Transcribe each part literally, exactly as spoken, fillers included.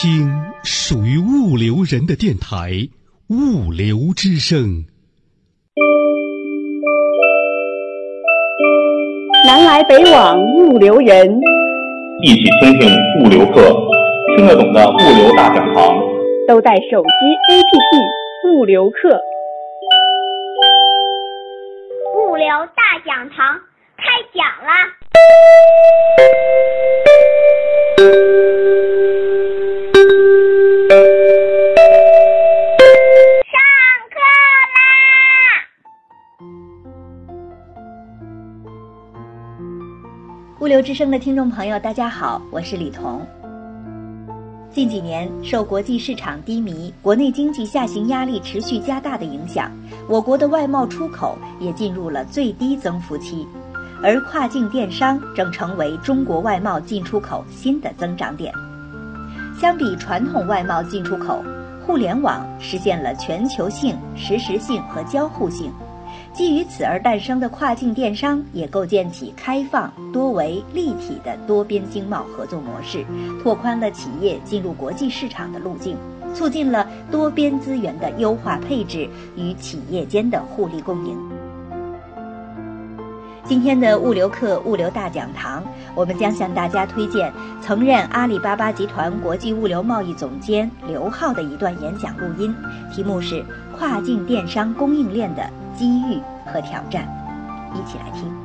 听属于物流人的电台——物流之声。 南来北往物流人， 一起听听物流课，听得懂的物流大讲堂， 都带手机 A P P 物流课。 物流大讲堂开讲啦！上课啦！ 物流之声的听众朋友，大家好，我是李彤。近几年，受国际市场低迷、国内经济下行压力持续加大的影响，我国的外贸出口也进入了最低增幅期，而跨境电商正成为中国外贸进出口新的增长点。相比传统外贸进出口，互联网实现了全球性、实时性和交互性。基于此而诞生的跨境电商，也构建起开放、多维、立体的多边经贸合作模式，拓宽了企业进入国际市场的路径，促进了多边资源的优化配置与企业间的互利共赢。今天的物流课物流大讲堂，我们将向大家推荐曾任阿里巴巴集团国际物流贸易总监刘浩的一段演讲录音，题目是跨境电商供应链的机遇和挑战，一起来听。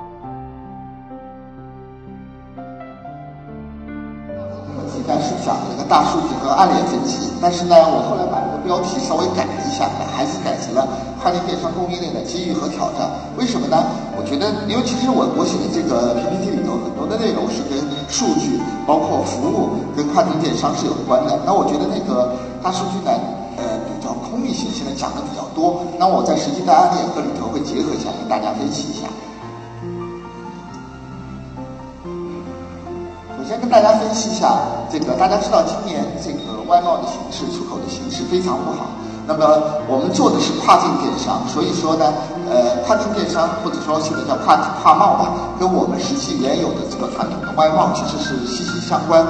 但是讲这个大数据和案例分析，但是呢，我后来把这个标题稍微改了一下，还是改成了跨境电商供应链的机遇和挑战。为什么呢？我觉得，因为其实我我写的这个 P P T 里头很多的内容是跟数据、包括服务、跟跨境电商是有关的。那我觉得那个大数据呢，呃，比较空域性，现在讲的比较多。那我在实际的案例和里头会结合一下，跟大家分析一下。首先跟大家分析一下，这个大家知道今年这个外贸的形势、出口的形势非常不好。那么我们做的是跨境电商，所以说呢，呃，跨境电商或者说现在叫跨跨贸吧，跟我们实际原有的这个传统的外贸其实是息息相关。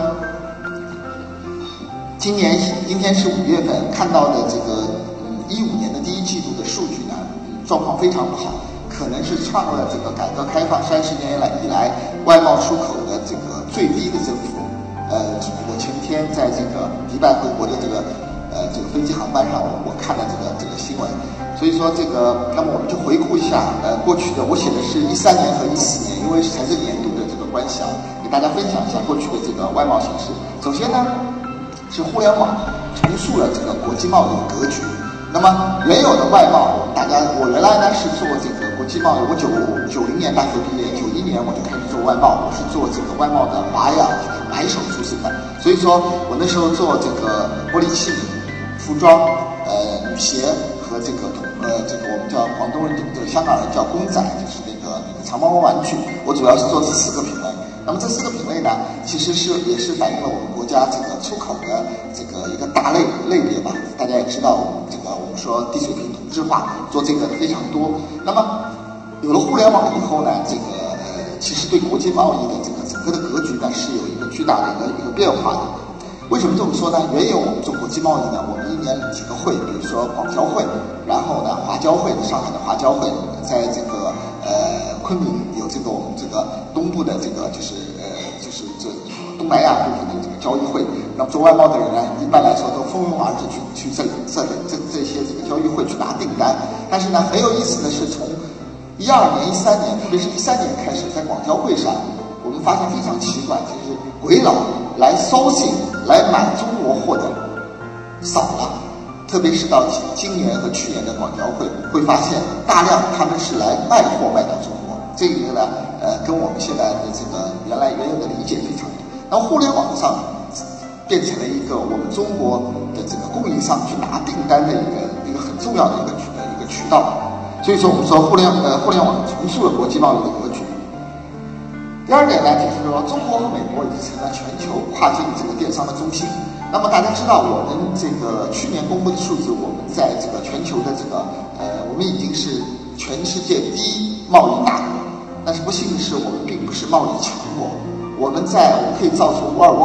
今年今天是五月份，看到的这个嗯一五年的第一季度的数据呢，状况非常不好。可能是创了这个改革开放三十年来以来外贸出口的这个最低的增幅。呃，我前天在这个迪拜回国的这个呃这个飞机航班上，我我看了这个这个新闻。所以说这个，那么我们就回顾一下呃过去的，我写的是一三年和一四年，因为财政年度的这个关系啊，给大家分享一下过去的这个外贸形势。首先呢，是互联网重塑了这个国际贸易的格局。那么原有的外贸，大家我原来呢是做这个国际贸易，我九九零年大学毕业，九一年我就开始做外贸，我是做这个外贸的保养买手出身的，所以说我那时候做这个玻璃器皿、服装、呃女鞋和这个呃这个我们叫广东人这个香港人叫公仔，就是那个那个长毛绒玩具，我主要是做这四个品类。那么这四个品类呢，其实是也是反映了我们国家这个出口的这个一个大类类别吧。大家也知道，这个我们说低水平同质化，做这个的非常多。那么有了互联网以后呢，这个呃，其实对国际贸易的这个整个的格局呢，是有一个巨大的一个一个变化的。为什么这么说呢？原有我们做国际贸易呢，我们一年几个会，比如说广交会，然后呢华交会，上海的华交会，在这个呃昆明有这个我们这个东部的这个就是呃就是这东南亚部分的这个交易会。那么做外贸的人呢，一般来说都蜂拥而至去去这这这这些这个交易会去拿订单。但是呢，很有意思的是，从一二年、一三年，特别是一三年开始，在广交会上，我们发现非常奇怪，就是围绕来sourcing来买中国货的少了。特别是到今年和去年的广交会，会发现大量他们是来卖货卖到中国。这个呢，呃，跟我们现在的这个原来原有的理解非常多。那么互联网上变成了一个我们中国的这个供应商去拿订单的一个一个很重要的一个渠一个渠道。所以说，我们说互联呃互联网重塑了国际贸易的格局。第二点呢，就是说中国和美国已经成了全球跨境这个电商的中心。那么大家知道，我们这个去年公布的数字，我们在这个全球的这个呃，我们已经是全世界第一贸易大国。但是不幸的是，我们并不是贸易强国。我们在我们可以造出沃尔沃，对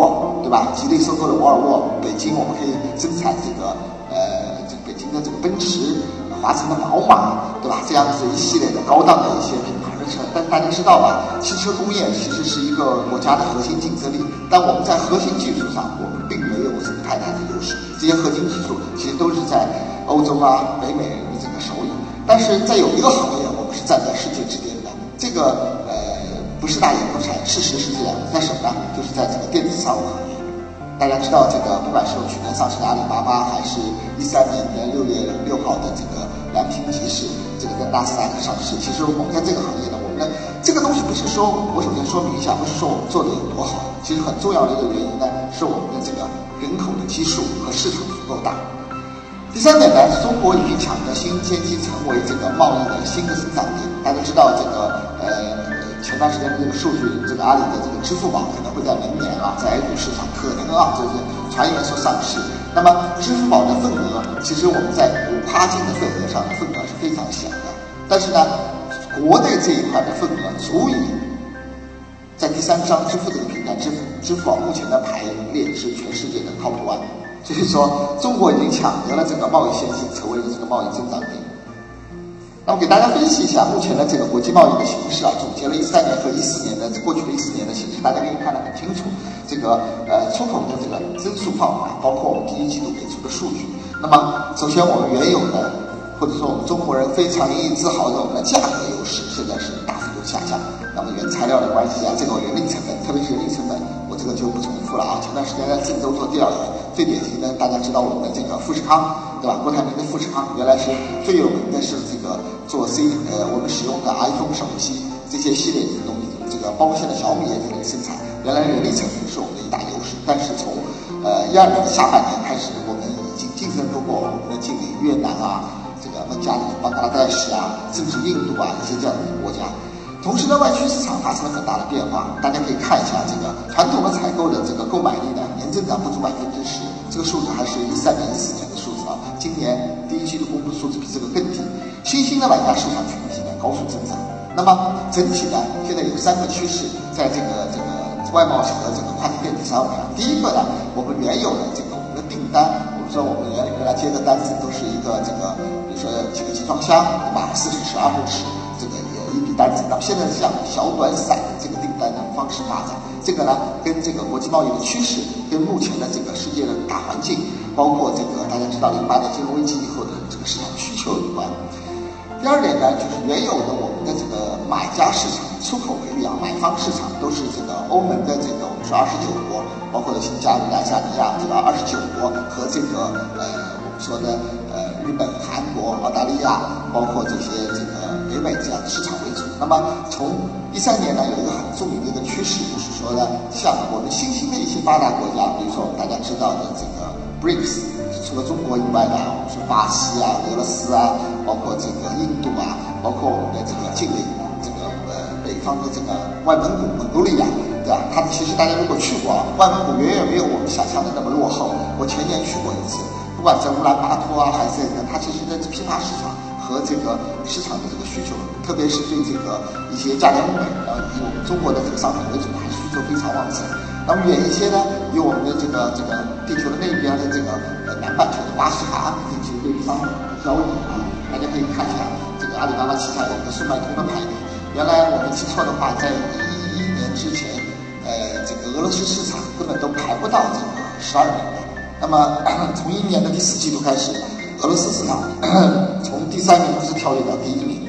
对吧？吉利收购了沃尔沃，北京我们可以生产这个呃，这北京的这个奔驰，华晨的宝马，对吧？这样子一系列的高档的一些品牌的车。但大家知道吧，汽车工业其实是一个国家的核心竞争力，但我们在核心技术上，我们并没有什么太大的优势。这些核心技术其实都是在欧洲啊、北美人的这个手里。但是在有一个行业，我们是站在世界之巅的，这个呃不是大言不惭，事实是这样。在什么呢？就是在这个电子商务行业。大家知道，这个不管是去年上市的阿里巴巴，还是一三年的六月六号的这个良品集市，这个在纳斯达克上市。其实我们在这个行业呢，我们的这个东西不是说，我首先说明一下，不是说我们做的有多好。其实很重要的一个原因呢，是我们的这个人口的基数和市场足够大。第三点呢，中国已经抢得新阶梯，成为这个贸易的新的增长点。大家知道，这个呃前段时间的这个数据，这个阿里的这个支付宝可能会在明年啊，在 A 股市场可能啊，就是传言说上市。那么支付宝的份额，其实我们在五趴金的份额上的份额是非常小的，但是呢，国内这一块的份额足以在第三方支付这个平台，支付支付宝目前的排列是全世界的 top one。所以说，中国已经抢得了这个贸易先机，成为了这个贸易增长点。那么给大家分析一下目前的这个国际贸易的形势啊，总结了一三年和一四年的过去的一四年的形势，大家可以看得很清楚。这个呃出口的这个增速放缓，包括我们第一季度给出的数据。那么首先我们原有的，或者说我们中国人非常引以自豪的我们的价格优势，现在是大幅度下降。那么原材料的关系啊，这个人力成本，特别是人力成本，我这个就不重复了啊。前段时间在郑州做第二轮，最典型的大家知道我们的这个富士康，对吧？郭台铭的富士康原来是最有名的是这个做 C 呃我们使用的 iPhone 手机这些系列的东西，这个包括现在小米也在这里生产，原来人力成本是我们的一大优势。但是从呃一二年的下半年开始，我们已经竞争不过我们的近邻越南啊，这个孟加拉、邦格拉代什啊，甚至印度啊一些这样的国家。同时呢，外区市场发生了很大的变化，大家可以看一下这个传统的采购的这个购买力呢，年增长不足百分之十，这个数字还是一三年、一四年的数字啊。今年第一季度公布的数字比这个更低。新兴的买家市场群体呢高速增长。那么整体呢，现在有三个趋势在这个这个外贸和这个跨境电子商务上。第一个呢，我们原有的这个我们的订单，我们说我们原原来接的单子都是一个这个，比如说几个集装箱，对吧？四十尺、二十尺。这个也一笔单子，那么现在是向小短散的这个订单的方式发展，这个呢跟这个国际贸易的趋势，跟目前的这个世界的大环境，包括这个大家知道零八年金融危机以后的这个市场需求有关。第二点呢，就是原有的我们的这个买家市场，出口为例啊，买方市场都是这个欧盟的这个我们说二十九国，包括新加入、爱沙尼亚这个二十九国和这个呃我们说的呃日本、韩国、澳大利亚，包括这些这个北美这样的市场为主。那么从一三年呢，有一个很著名的一个趋势，就是说呢，像我们新兴的一些发达国家，比如说我们大家知道的这个 B R I C S， 除了中国以外的，我们说巴西啊、俄罗斯啊，包括这个印度啊，包括我们的这个近邻这个呃北方的这个外蒙古、蒙古利亚，对吧？它其实大家如果去过啊，外蒙古远远没有我们想象的那么落后。我前年去过一次，不管在乌兰巴托啊，还是在它其实的批发市场和这个市场的这个需求，特别是对这个一些价廉物美，然后以我们中国的这个商品为主，还是需求非常旺盛。那么远一些呢，以我们的这个这个地球的那边的这个呃南半球的巴西海岸地区对商品的交易啊，大家可以看一下这个阿里巴巴旗下有一个速卖通的排名。原来我没记错的话，在一一年之前，呃，这个俄罗斯市场根本都排不到这个十二名的。那么从一年的第四季度开始，俄罗斯市场从第三名是跳跃到第一名。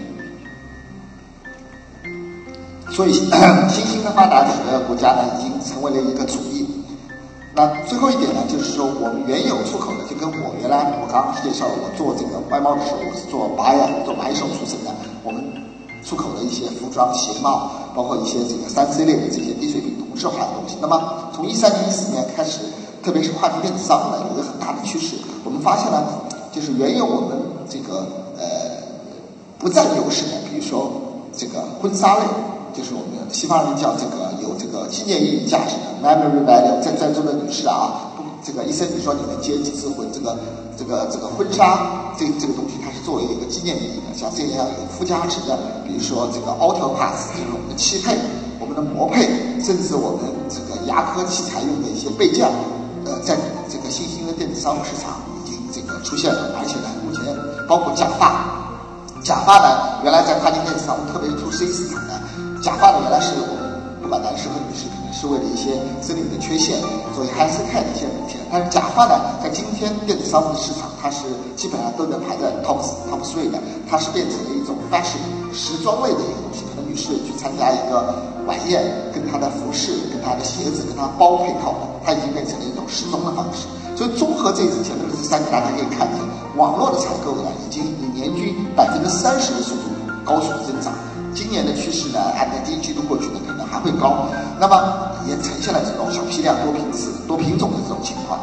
所以新兴的发达几个国家呢，已经成为了一个主力。那最后一点呢，就是说我们原有出口的，就跟我原来我刚刚介绍了，我做这个外贸的时候，我是做白呀，做白手出身的。我们出口的一些服装、鞋帽，包括一些这个三 C 类的这些低水平同质化的东西。那么从一三年、一四年开始，特别是跨境电子商务呢，有一个很大的趋势。我们发现呢，就是原有我们这个呃不占优势的，比如说这个婚纱类。就是我们西方人叫这个有这个纪念意义价值的 memory value， 在在座的女士啊，这个一生你说你们结几次婚，这个这个这个婚纱这这个东西它是作为一个纪念意义的，像这样有附加值的，比如说这个 auto pass， 就是我们的漆配、我们的膜配，甚至我们这个牙科器材用的一些备件，呃，在这个新兴的电子商务市场已经这个出现了，而且呢，目前包括假发，假发呢，原来在跨境电子商务，特别是 to C 市场呢，假发呢原来是我们不管男士和女士，可能是为了一些生理的缺陷，所以 hands care 的一些补贴，但是假发呢，在今天电子商务的市场，它是基本上都能排在 top top three 的，它是变成了一种 fashion 时装类的一个东西，可能女士去参加一个晚宴，跟她的服饰、跟她的鞋子、跟她包配套的，它已经变成了一种时装的方式。所以综合这前面的这三个，大家可以看见，网络的采购呢，已经以年均百分之三十的速度高速增长。今年的趋势呢，按照第一季度过去呢，可能还会高。那么也呈现了这种小批量、多频次、多品种的这种情况。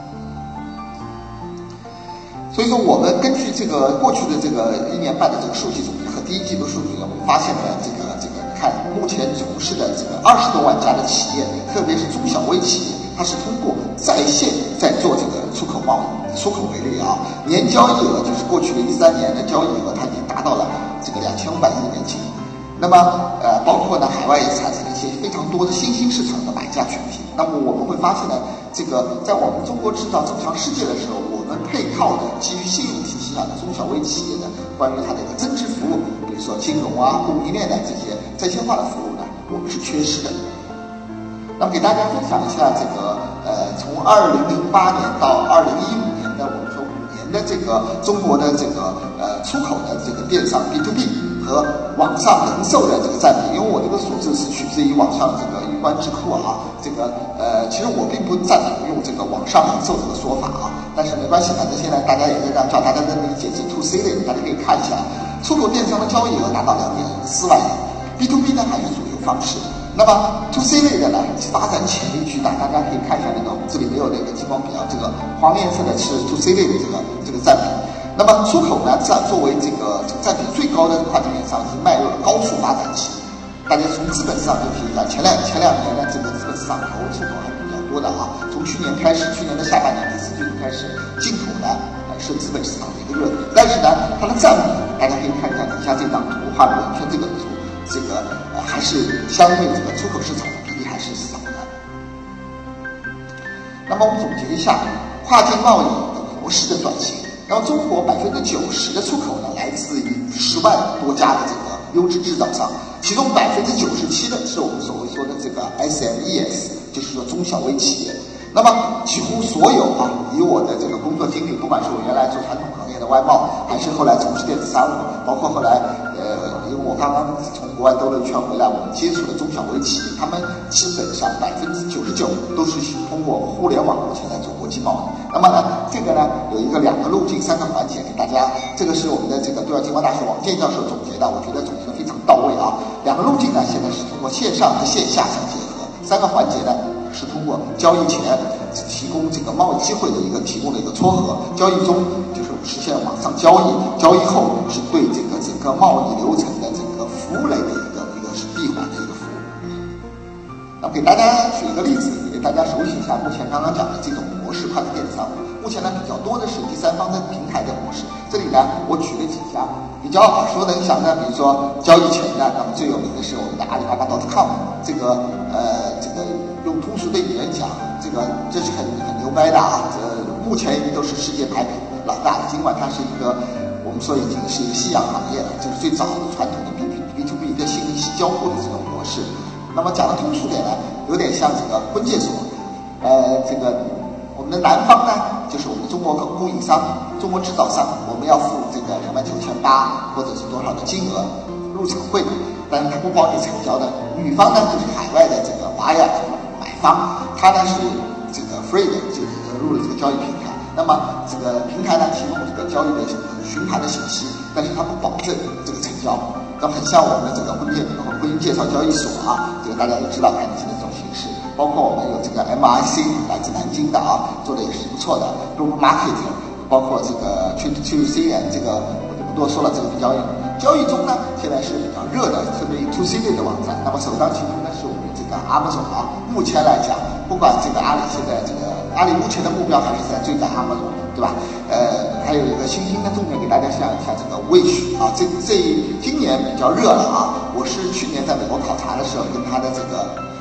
所以说，我们根据这个过去的这个一年半的这个数据总结和第一季度数据呢，我们发现呢，这个这个看目前从事的这个二十多万家的企业，特别是中小微企业，它是通过在线在做这个出口贸易。出口为例啊，年交易额就是过去的一三年的交易额，它已经达到了这个两千五百亿美金。那么呃，包括呢，海外也产生了一些非常多的新兴市场的买家群体。那么我们会发现呢，这个在我们中国制造走向世界的时候，我们配套的基于信用体系上的中小微企业的关于它的一个增值服务，比如说金融啊、供应链的这些在线化的服务呢，我们是缺失的。那么给大家分享一下这个呃，从二零零八年到二零一五年的我们说五年的这个中国的这个呃出口的这个电商 B to B 和网上零售的这个占比，因为我这个数字是取自于网上这个云观智库啊，这个呃其实我并不赞同用这个网上零售这个说法啊，但是没关系，反正现在大家也在让叫大家能理解这 to C 的，大家可以看一下，出口电商的交易额达到两点四万亿 ，B to B 呢还是主流方式。那么 to C 类的呢，发展潜力巨大，大家可以看一下那个这里没有那个激光笔啊，这个黄颜色的是 to C 类的这个这个占比。那么出口呢，占作为这个这个占比最高的跨境电商，已经迈入了高速发展期。大家从资本市场就可以看，前两前两年呢，这个资本市场投出口还比较多的啊。从去年开始，去年的下半年第四季度开始，进口呢呃是资本市场的一个热点，但是呢，它的占比大家可以看一下底下这张图，画的圆圈这个图。这个呃还是相对这个出口市场的比例还是少的。那么我们总结一下跨境贸易的模式的转型。然后中国百分之九十的出口呢，来自于十万多家的这个优质制造商，其中百分之九十七的是我们所谓说的这个 S M E S， 就是说中小微企业。那么几乎所有啊，以我的这个工作经历，不管是我原来做传统行业的外贸，还是后来从事电子商务，包括后来呃，因为我刚刚从国外兜了一圈回来，我们接触的中小微企业，他们基本上百分之九十九都是通过互联网目前在做国际贸易。那么呢，这个呢有一个两个路径、三个环节给大家，这个是我们的这个对外经贸大学王健教授总结的，我觉得总结的非常到位啊。两个路径呢，现在是通过线上和线下相结合，三个环节呢。是通过交易前提供这个贸易机会的一个提供的一个撮合，交易中就是实现网上交易，交易后是对这个整个贸易流程的整个服务类的一个一个是闭环的一个服务。那么给大家举一个例子，给大家熟悉一下目前刚刚讲的这种模式跨境电子商务。目前呢比较多的是第三方的平台的模式，这里呢我举了几家比较耳熟能详的，比如说交易前的，那么最有名的是我们的阿里巴巴 .com， 这个呃这个。用通俗的语言讲，这个这是很很牛掰的啊！这目前都是世界排名老大的。尽管它是一个我们说已经是一个夕阳行业了，就是最早的传统的 B B to B 的信息交互的这种模式。那么讲的通俗点呢，有点像这个婚介所。呃，这个我们的男方呢，就是我们的中国供应商、中国制造商，我们要付这个两万九千八或者是多少的金额入场费，但是它不包你成交的。女方呢，就是海外的这个华亚。方，它呢是这个 free 的，就是入了这个交易平台。那么这个平台呢提供这个交易的询盘的信息，但是它不保证这个成交。那么很像我们的这个婚介婚姻介绍交易所啊，这个大家都知道看起的这种形式。包括我们有这个 M I C 来自南京的啊，做的也是不错的。Group Market， 包括这个 Trade to C N， 这个我就不多说了，这个交易。交易中呢，现在是比较热的，特别 to C 类的网站。那么首当其冲呢是我们这个 Amazon 啊。目前来讲，不管这个阿里现在这个阿里目前的目标还是在追赶 Amazon， 对吧？呃，还有一个新兴的重点给大家讲一下这个 Wish 啊，这这今年比较热了啊。我是去年在美国考察的时候，跟他的这个呃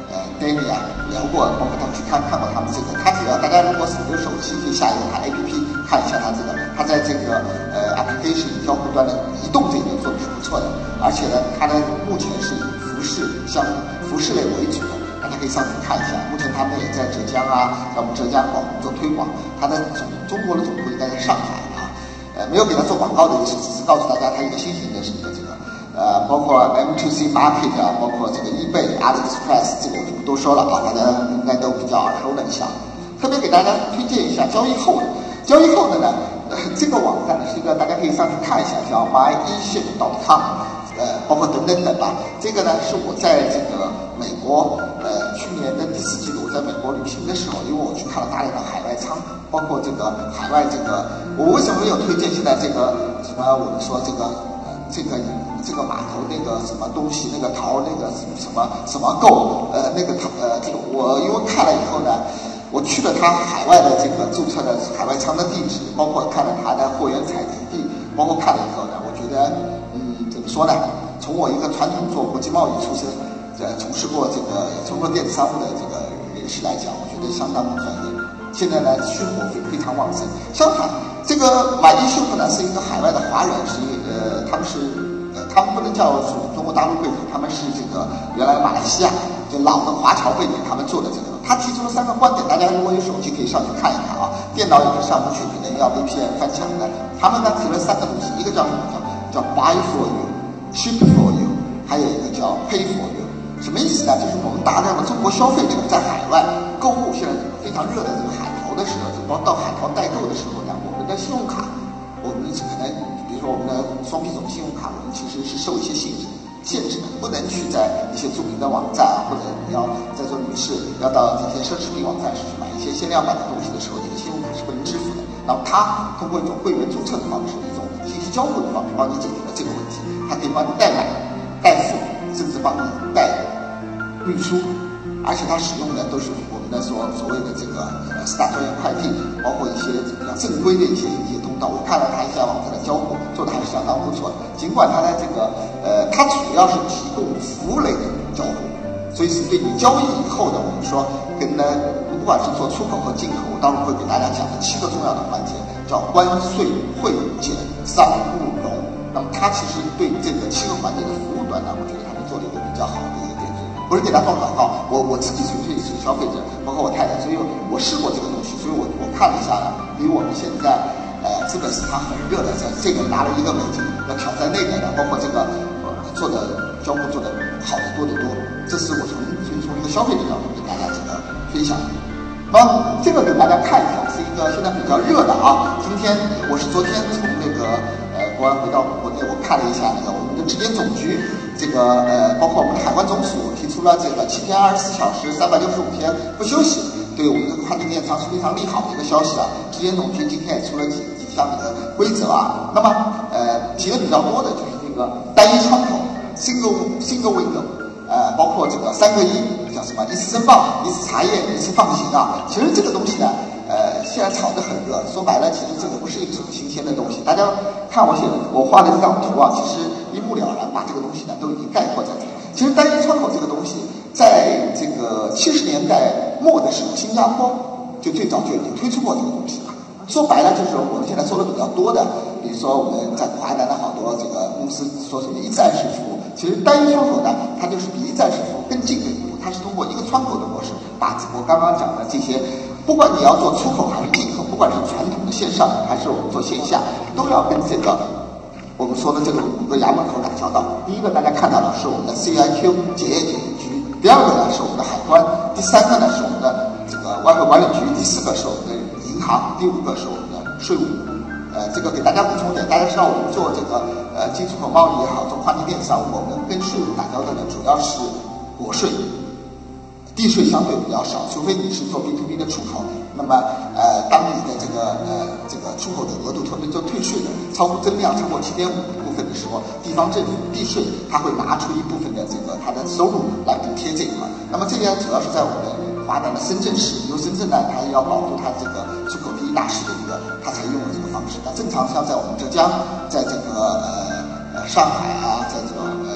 Danny 啊聊过，包括他们去看看过他们这个，他只要大家如果手有手机可以下一个他 A P P 看一下他这个，他在这个呃 application 交互端的移动这一点做的是不错的，而且呢，它的目前是以服饰相服饰类为主的，大家可以上去看一下。目前他们也在浙江啊，在我们浙江广做推广，他的总中国的总部应该在上海啊，呃，没有给他做广告的意思，只是告诉大家他一个新型的是一个这个。呃，包括 M to C Market 啊，包括这个 eBay、AliExpress， 这个我就不多说了啊，大家应该都比较耳熟能详。特别给大家推荐一下交易后的，交易后的呢，呃，这个网站呢是一个大家可以上去看一下，叫 my e ship dot com， 呃，包括等等等吧。这个呢是我在这个美国，呃，去年的第四季度我在美国旅行的时候，因为我去看了大量的海外仓，包括这个海外这个，我为什么没有推荐现在这个什么我们说这个呃这个。这个码头那个什么东西，那个桃那个什么什么购，呃，那个呃，这个我因为看了以后呢，我去了他海外的这个注册的海外仓的地址，包括看了他的货源采集地，包括看了以后呢，我觉得，嗯，怎么说呢？从我一个传统做国际贸易出身，呃，从事过这个中国电子商务的这个人士来讲，我觉得相当不专业。现在呢，需求非非常旺盛。相反，这个买一秀呢是一个海外的华人，是一呃，他们是。呃，他们不能叫属于中国大陆背景，他们是这个原来马来西亚就老的华侨背景，他们做的这个。他提出了三个观点，大家如果有手机可以上去看一看啊，电脑也是上不去，可能要 V P N 翻墙的。他们呢提了三个东西，一个叫什么？叫叫 buy for you、ship for you， 还有一个叫 pay for you。什么意思呢？就是我们大量的中国消费者在海外购物，现在非常热的这个海淘的时候，包括到海淘代购的时候呢，我们的信用卡，我们可能。比如说我们的双币种信用卡，我们其实是受一些限制限制的，不能去在一些著名的网站啊，或者你要在座女士要到这些奢侈品网站去买一些限量版的东西的时候，你的信用卡是不能支付的。然后它通过一种会员注册的方式，一种信息交互的方式，帮你解决了这个问题。它可以帮你代买、代付，甚至帮你代运输。而且它使用的都是我们的所所谓的这个呃四大专业快递，包括一些比较正规的一些一些通道。我看了它一下网站的交互，做的还是相当不错的。尽管它的这个呃，它主要是提供服务类的交互，所以是对你交易以后的，我们说跟呢，不管是做出口和进口，我待会儿会给大家讲的七个重要的环节，叫关税、汇减、商务融。那么它其实对这个七个环节的服务端呢，我觉得他们做了一个比较好的一个。不是给他做广告，我我自己纯粹是消费者，包括我太太，所以我试过这个东西，所以我我看了一下呢，比我们现在呃资本市场很热的这这个拿了一个美金要挑战那个的，包括这个呃做的交互做的好的多得多，这是我从纯从一个消费者角度给大家这个分享。那么这个给大家看一下，是一个现在比较热的啊。今天我是昨天从那个呃国外回到国内，我看了一下那个我们的质检总局。这个呃，包括我们的海关总署提出了这个七天二十四小时、三百六十五天不休息，对我们这个跨境电商是非常利好的一个消息啊。质检总局今天也出了几几项的规则啊。那么呃，提的比较多的就是这个单一窗口 （single single window）， 呃，包括这个三个一，叫什么一次申报、一次查验、一次放行啊。其实这个东西呢，呃，现在炒得很热。说白了，其实这个不是一个什么新鲜的东西。大家看我写的，我画的这张图啊，其实一目了然，把这个东西呢都已经概括在这里。其实单一窗口这个东西，在这个七十年代末的时候，新加坡就最早就已经推出过这个东西了。说白了，就是我们现在说的比较多的，比如说我们在华南的好多这个公司说什么一站式服务，其实单一窗口呢，它就是比一站式服务更近的一步，它是通过一个窗口的模式，把我刚刚讲的这些。不管你要做出口还是进口，不管是传统的线上还是我们做线下，都要跟这个我们说的这个五个衙门口打交道。第一个大家看到的是我们的 C I Q 检验检疫局，第二个呢是我们的海关，第三个呢是我们的这个外汇管理局，第四个是我们的银行，第五个是我们的税务。呃，这个给大家补充一点，大家知道我们做这个呃进出口贸易也好，做跨境电商，我们跟税务打交道的主要是国税。地税相对比较少，除非你是做 B to B 的出口，那么呃，当你的这个呃这个出口的额度，特别做退税的，超过增量超过 七点五 部分的时候，地方政府地税它会拿出一部分的这个它的收入来补贴这一块。那么这边主要是在我们华南的深圳市，因为深圳呢，它要保住它这个出口第一大市的一个，它才用了这个方式。那正常像在我们浙江，在这个呃呃上海啊，在这个呃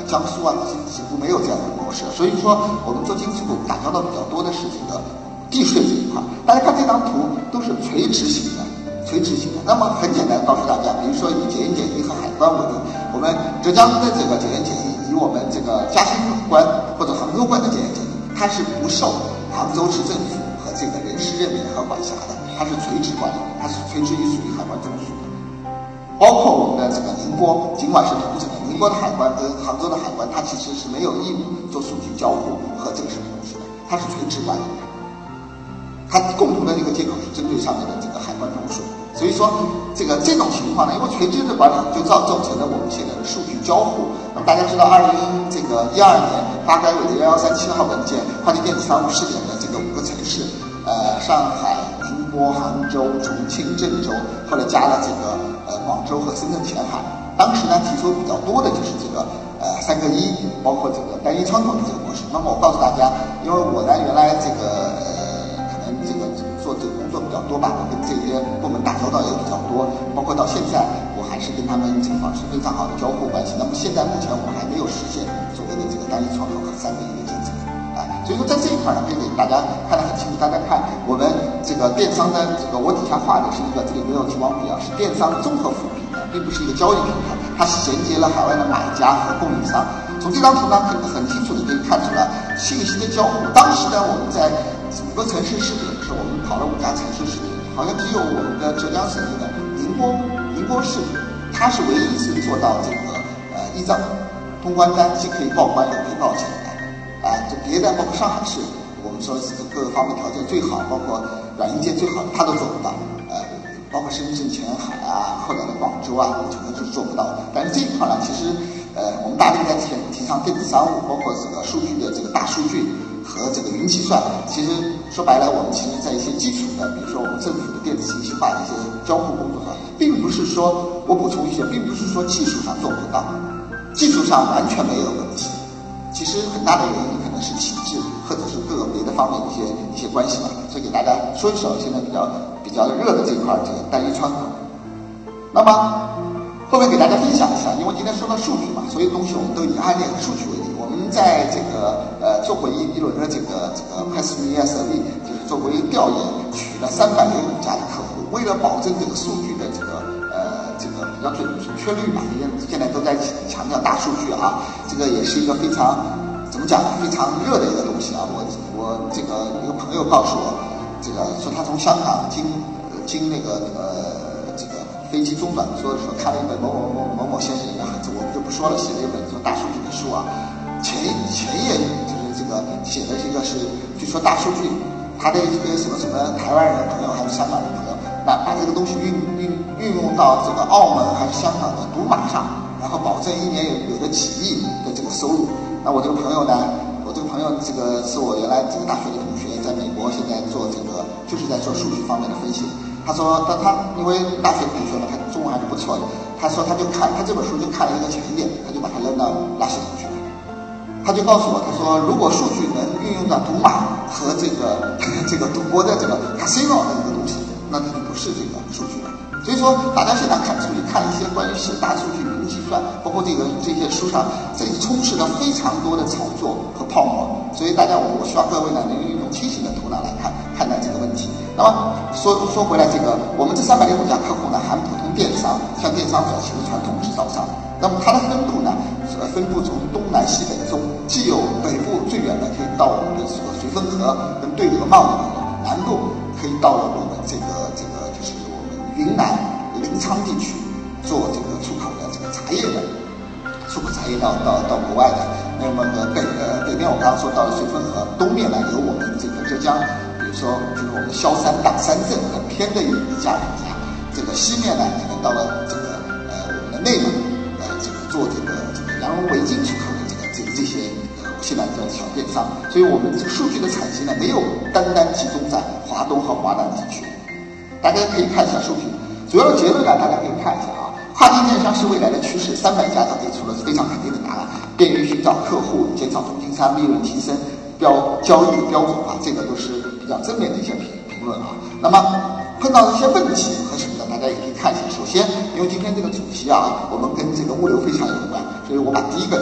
江苏啊，几乎没有这样的模式。所以说，我们做进出口打交道比较多的是这个地税这一块。大家看这张图都是垂直型的，垂直型的。那么很简单告诉大家，比如说以检验检疫和海关为例，我们浙江的这个检验检疫，以我们这个嘉兴关或者杭州关的检验检疫，它是不受杭州市政府和这个人事任命和管辖的，它是垂直管理，它是垂直于属于海关总署的。包括我们的这个宁波，尽管是同省的，宁波的海关跟杭州的海关，它其实是没有义务做数据交互和正式同时的，它是垂直管理的。它共同的一个接口是针对上面的这个海关总署。所以说，这个这种情况呢，因为垂直的管理就造造成了我们现在的数据交互。那么大家知道，二零这个一二年发改委的幺幺三七号文件，跨境电子商务试点的这个五个城市，呃，上海、宁波、杭州、重庆、郑州，后来加了这个呃广州和深圳前海。当时呢，提出比较多的就是这个呃三个一，包括这个单一窗口的这个模式。那么我告诉大家，因为我呢原来这个呃可能这个做这个工作比较多吧，我跟这些部门打交道也比较多，包括到现在我还是跟他们这个保持非常好的交互关系。那么现在目前我们还没有实现所谓的这个单一窗口和三个一的竞争。所以说在这一块呢，可以给大家看得很清楚。大家看我们这个电商的这个，我底下画的是一个，这里没有激光笔啊，是电商综合服务平台，并不是一个交易平台，它衔接了海外的买家和供应商。从这张图呢，可以很清楚的可以看出来信息的交互。当时呢，我们在五个城市试点的时候，我们跑了五家城市试点，好像只有我们的浙江省的宁波宁波市，它是唯一是做到这个呃依照通关单既可以报关也可以报钱。啊，这别的包括上海市，我们说是各个方面条件最好，包括软硬件最好的，它都做不到。呃，包括深圳前海啊，后来的广州啊，整个是做不到的。但是这一块呢，其实呃，我们大力在提提倡电子商务，包括这个数据的这个大数据和这个云计算。其实说白了，我们其实在一些基础的，比如说我们政府的电子信息化的一些交互工作上，并不是说我补充一些，并不是说技术上做不到，技术上完全没有问题。其实很大的原因可能是体制，或者是各个别的方面的一些一些关系吧。所以给大家说一说现在比较比较热的这块这个单一窗口。那么后面给大家分享一下，因为今天说到数据嘛，所有东西我们都以案例和数据为例。我们在这个呃做过一一轮的这个这个 Pass Me Survey， 就是做过一个调研，取了三百零五家的客户，为了保证这个数据的这个呃这个比较准准确率嘛，因为现在都在强调大数据啊，这个也是一个非常怎么讲非常热的一个东西啊。我我这个一个朋友告诉我，这个说他从香港经经那个呃这个飞机中转，说说看了一本某某某某某先生一个很，我们就不说了，写了一本说大数据的书啊。前前页就是这个写的这个是据说大数据，他的一个什么什么台湾人朋友还是香港人朋友。那把这个东西运运运用到这个澳门还是香港的赌马上，然后保证一年有有个几亿的这个收入。那我这个朋友呢，我这个朋友这个是我原来这个大学的同学，在美国现在做这个就是在做数据方面的分析。他说，但他因为大学同学嘛，他中文还是不错的。他说他就看他这本书就看了一个前点，他就把它扔到垃圾桶去了。他就告诉我，他说如果数据能运用到赌马和这个这个赌博的这个 casino 的这个东西，那它就不是这个数据了。所以说，大家现在看数据，看一些关于写大数据、云计算，包括这个这些书上，这里充斥了非常多的炒作和泡沫。所以大家，我我希望各位呢，能用一种清醒的头脑来看看待这个问题。那么说说回来，这个我们这三百零五家客户呢，含普通电商，像电商转型的传统制造商。那么它的分布呢，呃，分布从东南西北中，既有北部最远的可以到我们的这个绥芬河跟对河贸易河，南部可以到了我们这个这个就是我们云南临沧地区做这个出口的这个茶叶的，出口茶叶到到到国外的。那么呢北呃北面我刚刚说到了绥芬河，东面呢有我们这个浙江，比如说就是我们萧山党山镇很偏的一一家人家，这个西面呢可能到了这个呃我们的内蒙。做这个这个羊绒围巾出口的这个这这些呃现在的小电商，所以我们这个数据的产生呢，没有单单集中在华东和华南地区。大家可以看一下数据，主要的结论呢，大家可以看一下啊。跨境电商是未来的趋势，三百家都给出了非常肯定的答案，便于寻找客户，减少中间商，利润提升，标交易标准化，这个都是比较正面的一些评评论啊。那么碰到一些问题和什么的，大家也可以看一下。首先，因为今天这个主题啊，我们跟这个物流非常有关，所以我把第一个留下来。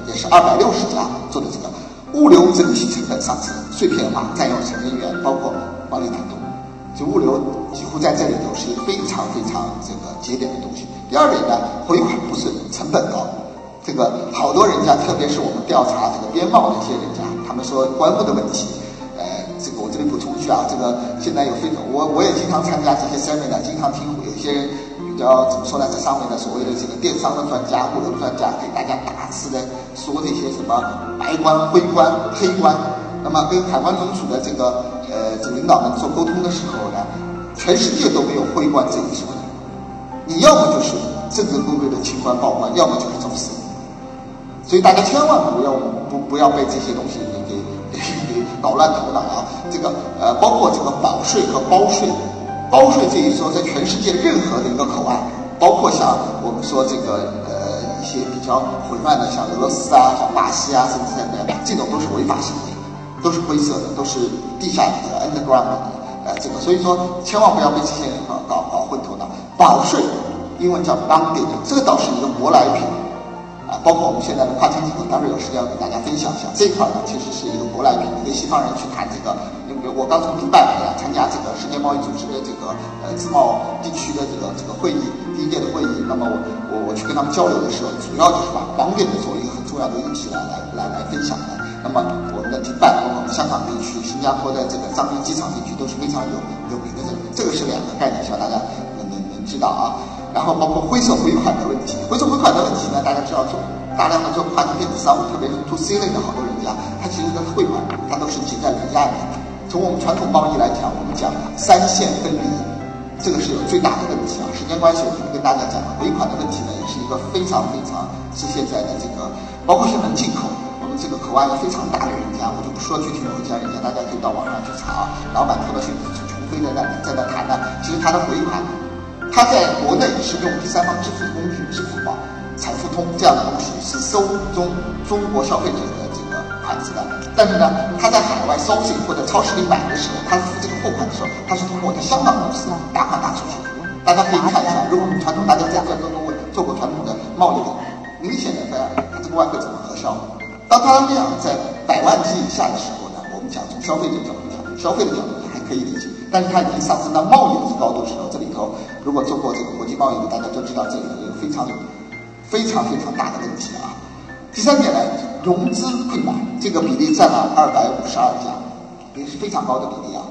也是二百六十家做的这个物流整体成本上升、碎片化、占用成人员，包括毛利难度。就物流几乎在这里头是一个非常非常这个节点的东西。第二点呢，回款不是成本高，这个好多人家，特别是我们调查这个边贸的一些人家，他们说关务的问题。呃，这个我这里补充一句啊，这个现在有非常，我我也经常参加这些 seminar， 经常听有些人比较怎么说呢，在上面的所谓的这个电商的专家、物流专家给大家大肆的说这些什么白关、灰关、黑关。那么跟海关总署的这个呃这个领导们做沟通的时候呢，全世界都没有灰关这一说的。你要么就是正正规规的清关报关，要么就是走私。所以大家千万不要不不要被这些东西给给给搞乱头脑啊！这个呃，包括这个保税和包税，包税这一说，在全世界任何的一个口岸，包括像我们说这个呃一些比较混乱的，像俄罗斯啊、像巴西啊，甚至在那边，这种都是违法行为，都是灰色的，都是地下的 underground 的呃这个，所以说千万不要被这些人搞搞搞混头脑。保税英文叫 bonded， 这个倒是一个舶来品。包括我们现在的跨境进口，当然有时间要给大家分享一下这一块呢，其实是一个舶来品。跟西方人去谈这个，因为我刚从迪拜回来参加这个世界贸易组织的这个呃自贸地区的这个这个会议，第一届的会议。那么我我我去跟他们交流的时候，主要就是把绑点作为一个很重要的议题来来来来分享的。那么我们的迪拜，包括我们香港地区、新加坡的这个樟宜机场地区都是非常有有名的这个，这个是两个概念，希望大家能能能知道啊。然后包括灰色回款的问题，灰色回款的问题呢，大家知道做大量的做跨境电子商务，特别是 to C 类的好多人家，他其实的汇款他都是结在离岸的。从我们传统贸易来讲，我们讲三线分离，这个是有最大的问题啊。时间关系，我就不跟大家讲了。回款的问题呢，也是一个非常非常是现在的这个，包括是门进口，我们这个口岸有非常大的人家，我就不说具体某一家人家，大家可以到网上去查啊。老板特别是除非在那在那谈呢，其实他的回款。他在国内是用第三方支付工具支付宝、财付通这样的东西是收中中国消费者的这个款子的，但是呢，他在海外消费或者超市里买的时候，他付这个货款的时候，他是通过我的香港公司打款打出去。大家可以看一下，如果我们传统大家在这中国做过传统的贸易的，明显的在他这个外汇怎么核销？当他那样在百万级以下的时候呢，我们讲从消费者角度讲，消费的角度还可以理解。但是它已经上升到贸易的高度的时候，这里头如果做过这个国际贸易的，大家都知道这里头有非常非常非常大的问题啊。第三点呢，融资困难，这个比例占了二百五十二家，也是非常高的比例啊。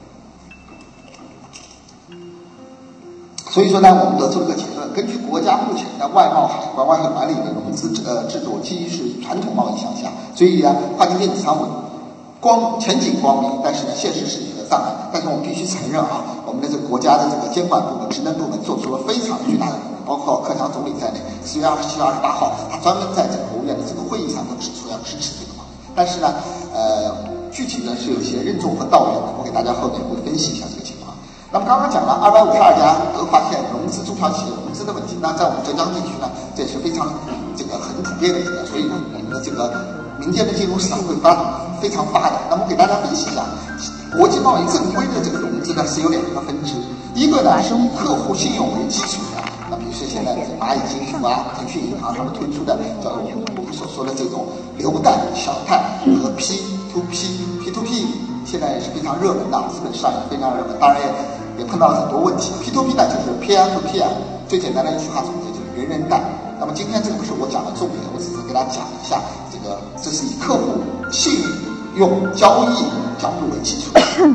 所以说呢，我们得出了个结论，根据国家目前的外贸海关外汇管理的融资呃制度，基于是传统贸易向下，所以呢，跨境电子商务光前景光明，但是呢，现实是一个障碍。但是我们必须承认啊，我们的这个国家的这个监管部门、职能部门做出了非常巨大的努力，包括克强总理在内。四月二十七、二十八号，他专门在这个国务院的这个会议上都指出要支持这个嘛。但是呢，呃，具体呢是有一些任重和道远的，我给大家后面会分析一下这个情况。那么刚刚讲了二百五十二家都发现融资中小企业融资的问题，那在我们浙江地区呢，这也是非常这个很普遍的这个，所以我们的这个民间的金融市场会发非常发达。那么我给大家分析一下，国际贸易正规的这个融资呢是有两个分支，一个呢是以客户信用为基础的，那比如说现在蚂蚁金服啊、腾讯银行他们推出的叫我们我们所说的这种流贷、小贷和 P to P、P to P 现在也是非常热门的，资本市场也非常热门，当然也也碰到了很多问题。P to P 呢就是 P M to P M， 最简单的一句话总结就是人人贷。那么今天这个不是我讲的重点，我只是给大家讲一下这个，这是以客户信用交易角度为基础。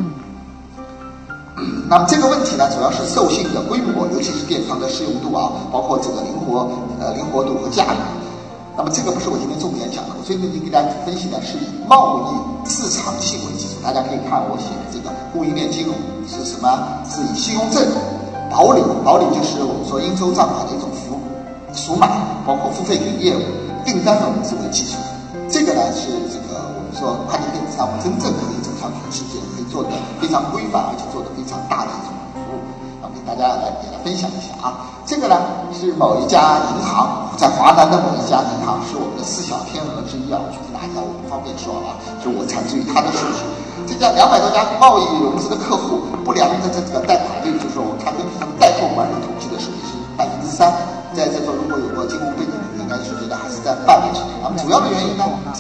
那么这个问题呢，主要是授信的规模，尤其是电商的适用度啊，包括这个灵活呃灵活度和价格。那么这个不是我今天重点讲的，我最近给大家分析的是以贸易市场性为基础。大家可以看我写的这个供应链金融是什么？是以信用证、保理，保理就是我们说应收账款的一种服务，赎买包括付费给业务、订单融资为基础。这个呢是这个我们说跨境电子商务真正可以走向全世界，可以做的非常规范，而且做的非常大的一种服务。那么给大家来给大家分享一下啊。这个呢是某一家银行，在华南的某一家银行，是我们的四小天鹅之一啊。具体哪一家我不方便说啊，是我产自于他的数据。这家两百多家贸易融资的客户不良的这个贷款率，就是我他根据他们代购管理统计的数据是百分之三。在这个如果有过金融背景的，应该是觉得还是在范围之内。那么主要的原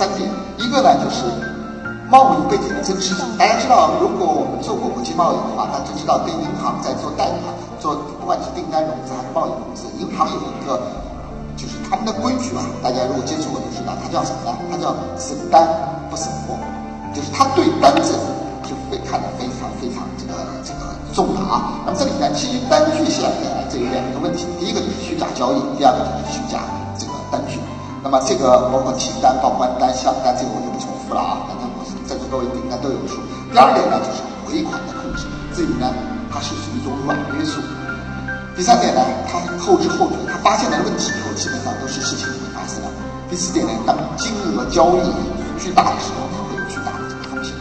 三点，一个呢就是贸易背景的真实性。大家知道，如果我们做过国际贸易的话，大家就知道跟银行在做贷款，做不管是订单融资还是贸易融资，银行有一个就是他们的规矩吧，大家如果接触过就知道，它叫什么呢？它叫审单不审货，就是它对单子是会看得非常非常这个这个重的啊。那么这里呢，基于单据下来这有两个问题，第一个就是虚假交易，第二个就是虚假这个单据。那么这个包括提单、报关单、项单，这个我就不重复了啊，反正我在座各位应该都有数。第二点呢，就是回款的控制，这里呢它是属于一种软约束。第三点呢，它后知后觉，它发现了问题以后，基本上都是事情已经发生了。第四点呢，当金额交易巨大的时候，它会有巨大的这个风险。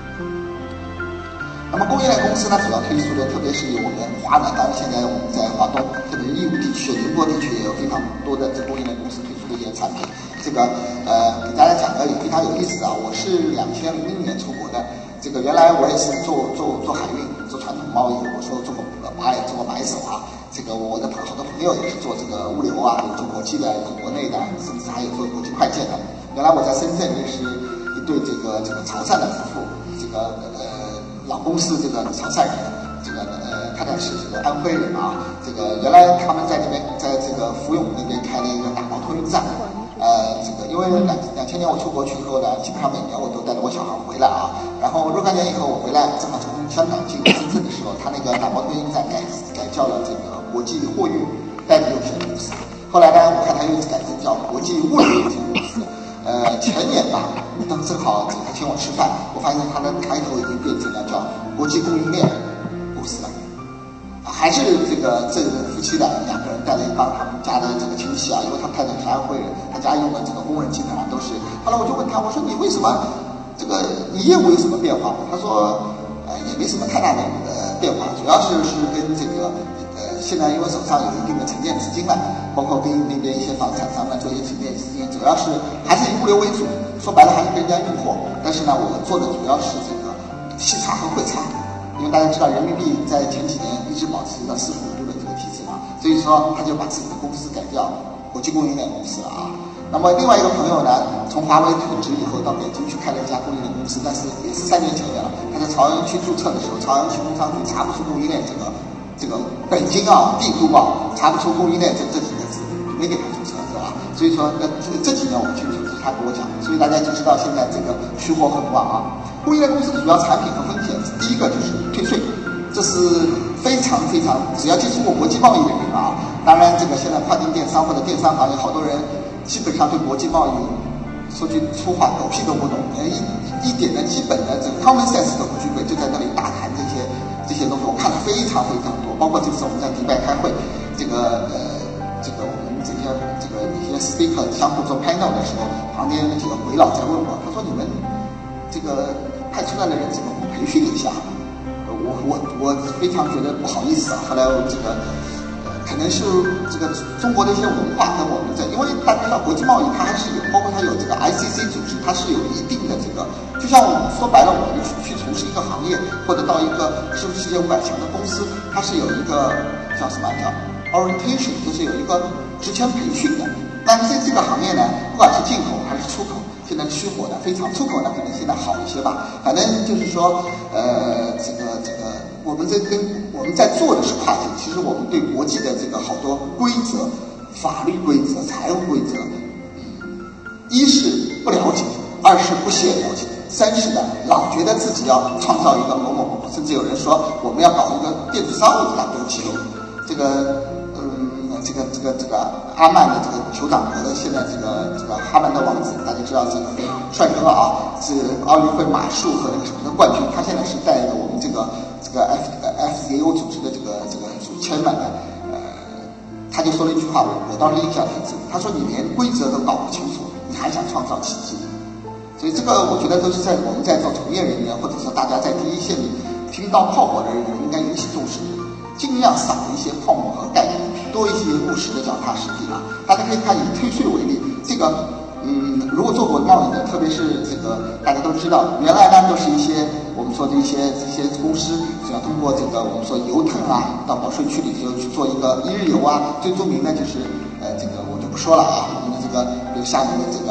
那么供应链公司呢，主要推出的，特别是有我们华南，当然现在我们在华东，特别是义乌地区、宁波地区也有非常多的这供应链公司推出的一些产品。这个呃，给大家讲个也非常有意思啊，我是两千零零年出国的。这个原来我也是做做做海运，做传统贸易，我说做过马也做过买手啊。这个我的朋好多朋友也是做这个物流啊，有做国际的，有做国内的，甚至还有做国际快件的。原来我在深圳认识一对这个这个潮汕的夫妇，这个呃老公是这个潮汕人，这个呃太太是这个安徽人啊。这个原来他们在那边在这个福永那边开了一个大贸托运站。呃，这个因为两两千年我出国去以后呢，基本上每年我都带着我小孩回来啊。然后若干年以后我回来，正好从香港进入深圳的时候，他那个大贸托运站改改叫了这个国际货运代理有限公司。后来呢，我看他又改成叫国际物流有限公司。呃，前年吧，当正好他请我吃饭，我发现他的开头已经变成了叫国际供应链公司了。还是这个这个夫妻的两个人带了一帮他们家的这个亲戚啊，因为他太太是安徽人，他家用的这个工人基本上都是。后来我就问他，我说你为什么这个你业务有什么变化？他说，呃，也没什么太大的呃变化，主要是是跟这个呃现在因为手上有一定的沉淀资金了，包括跟那边一些房产商呢做一些沉淀资金，主要是还是以物流为主，说白了还是跟人家运货。但是呢，我做的主要是这个息差和汇差。因为大家知道人民币在前几年一直保持一个四负五度的这个体制嘛，所以说他就把自己的公司改掉国际供应链公司了啊。那么另外一个朋友呢，从华为退职以后到北京去开了一家供应链公司，但是也是三年前了。他在朝阳区注册的时候，朝阳区工商局查不出供应链这个这个北京啊帝都啊查不出供应链这这几个字，没给他注册，是吧？所以说呃这这几年我们去求职，他给我讲，所以大家就知道现在这个虚货很旺啊。供应链公司主要产品和风险，第一个就是退税，这是非常非常，只要接触过国际贸易的人啊，当然这个现在跨境电商或者电商行业，好多人基本上对国际贸易说句粗话狗屁都不懂，连一一点的基本的这个 common sense 都不具备，就在那里大谈这些这些东西，我看了非常非常多，包括这次我们在迪拜开会，这个呃这个我们这些这个一些 speaker 相互做 panel 的时候，旁边那几个鬼佬在问我，他说你们这个派出来的人怎么不培训一下？我我我非常觉得不好意思啊。后来这个呃，可能是这个中国的一些文化跟我们在，因为大家知道国际贸易它还是有，包括它有这个 I C C 组织，它是有一定的这个，就像我们说白了，我们去去从事一个行业，或者到一个是不是世界五百强的公司，它是有一个叫什么叫 orientation， 就是有一个职前培训的。但是在这个行业呢，不管是进口还是出口，现在缺货的非常，出口呢可能现在好一些吧。反正就是说，呃，这个这个，我们这跟我们在做的是跨境，其实我们对国际的这个好多规则、法律规则、财务规则，一是不了解，二是不屑了解，三是呢老觉得自己要创造一个某某某，甚至有人说我们要搞一个电子商务大东西，这个。这个这个这个阿曼的这个酋长国的现在这个这个哈曼的王子，大家知道这个帅哥啊，是奥运会马术和那个什么的冠军，他现在是带着我们这个这个 F F C O 组织的这个这个主签们的，呃，他就说了一句话，我我当时印象挺深，他说你连规则都搞不清楚，你还想创造奇迹？所以这个我觉得都是在我们在做从业人员，或者说大家在第一线里听到炮火的人应该引起重视，尽量少一些泡沫和概念。多一些务实的脚踏实地啊！大家可以看以退税为例，这个嗯，如果做过贸易的，特别是这个大家都知道，原来呢都是一些我们说的一些这些公司，只要通过这个我们说邮腾啊，到保税区里头去做一个一日游啊，最著名的就是呃这个我就不说了啊，我们的这个有厦门的这个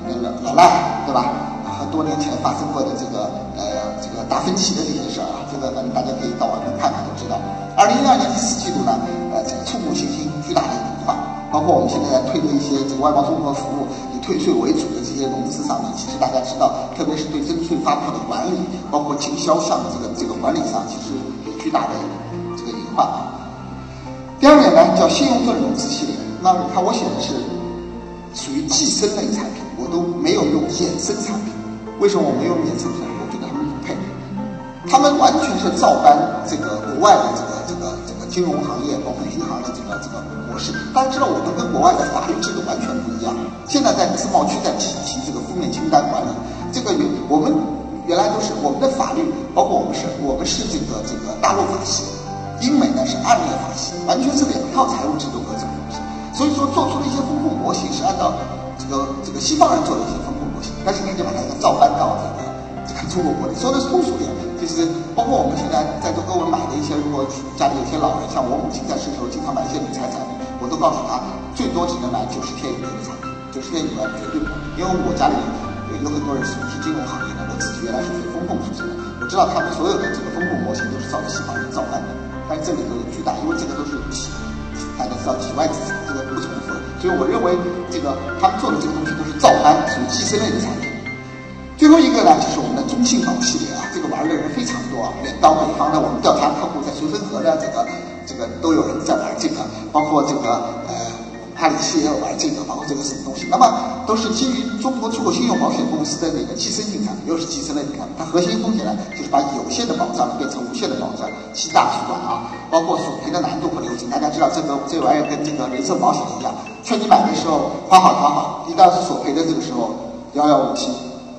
老老赖，对吧？很多年前发生过的这个呃这个达芬奇的这些事儿啊，这个反正大家可以到网上看看就知道。二零一二年第四季度呢，呃，这个触目惊心，巨大的隐患，包括我们现在在推的一些这个外贸综合服务以退税为主的这些融资上面，其实大家知道，特别是对征税发票的管理，包括经销项的这个这个管理上，其实有巨大的这个隐患啊。第二点呢，叫信用盾融资系列。那你看我写的是属于寄生类产品，我都没有用衍生产品。为什么我没有衍生产品？我觉得他们不配，他们完全是照搬这个国外的这个这个这个金融行业，包括银行的这个这个模式。大家知道，我们跟国外的法律制度完全不一样。现在在自贸区在提提这个负面清单管理，这个原我们原来都是我们的法律，包括我们是我们是这个这个大陆法系，英美呢是案例法系，完全是两套财务制度和这个东西。所以说，做出的一些风控模型是按照这个这个西方人做的一些风控模型，但是你就把它照搬到这个这个中国国内。说的是通俗点，就是包括我们现在在这各位买的一些，如果家里有些老人，像我母亲在世的时候，经常买一些理财产品，我都告诉他，最多只能买九十天以内的产品，九十天以外绝对不能。因为我家里有很多人是从事金融行业的，我自己原来是学风控出身的，我知道他们所有的这个风控模型都是照着西方人照搬的，但是这里头有巨大，因为这个都是大家知道体外资产，这个不重复的，所以我认为这个他们做的这个东西都是照搬，属于寄生类的产品。最后一个呢，就是我们的中信保系列啊，这个玩的人非常多啊，远到北方的，我们调查客户在绥芬河的这个这个都有人在玩这个，包括这个呃哈里西也有玩这个，包括这个什么东西，那么都是基于中国出口信用保险公司的那个寄生性产品，又是寄生类的产品，它核心风险呢就是把有限的保障变成无限的保障，欺诈疏短啊，包括索赔的难度和流程，大家知道这个这玩意儿跟这个人寿保险一样，劝你买的时候花好花好，一到是索赔的这个时候遥遥无期。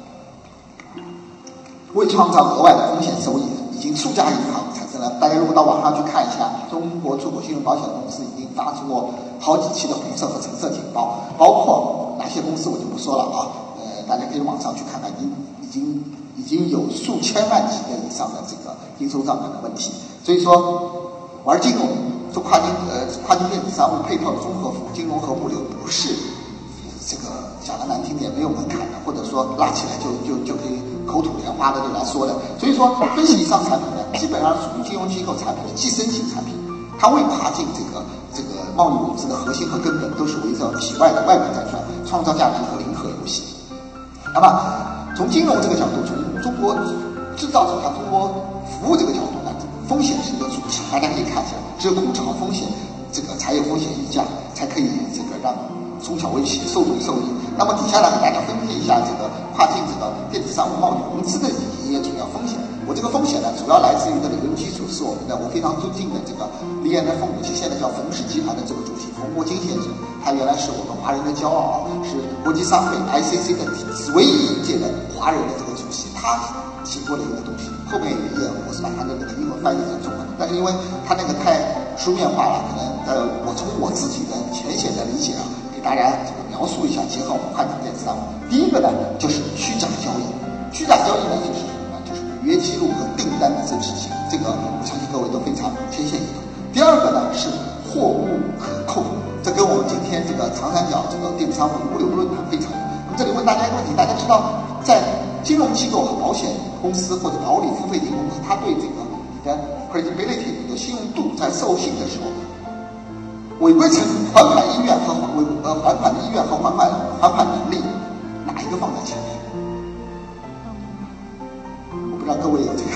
为创造额外的风险收益，已经数家银行产生了。大家如果到网上去看一下，中国出口信用保险公司已经发出过好几期的红色和橙色警报，包括哪些公司我就不说了啊。呃，大家可以网上去看看，已经已经已经有数千万级的以上的这个应收账款的问题。所以说，玩金融做跨境呃跨境电子商务配套的综合服务，金融和物流不是这个讲的难听点没有门槛的，或者说拉起来就就就可以口吐莲花的就来说的。所以说分析以上产品呢，基本上属于金融机构产品的寄生性产品，它为跨境这个这个贸易融资的核心和根本都是围绕体外的外部在转，创造价值和零和游戏。那么从金融这个角度，从中国制造走向中国服务这个角度呢，风险是一个主题，大家可以看一下，只有控制好风险，这个才有风险溢价，才可以这个让中小微企业受惠受益。那么底下来给大家分析一下这个跨境这个电子商务贸易融资的一些主要风险。我这个风险呢，主要来自于的理论基础是我们的我非常尊敬的这个 D N F 母亲，现在叫冯氏集团的这个主席冯国金先生，他原来是我们华人的骄傲，是国际商会 I C C 的唯一一届的华人的这个主席，他写过的一个东西，后面有一页我是把他的那个英文翻译成中文，但是因为他那个太书面化了，可能呃我从我自己的浅显的理解啊，给大家这个描述一下，结合我们跨境电子商务。第一个呢，就是虚假交易，虚假交易呢就是什么呢？就是履约记录和订单的真实性，这个我相信各位都非常浅显易懂。第二个呢是货物可控，这跟我们今天这个长三角这个电子商务物流论坛非常有。那么这里问大家一个问题，大家知道在金融机构和保险公司或者保理付费金公司，它对这个你的 credibility 你的信用度在授信的时候，违规成还款意愿和违呃还款的意愿和还款还款能力，哪一个放在前面？我不知道各位有这个。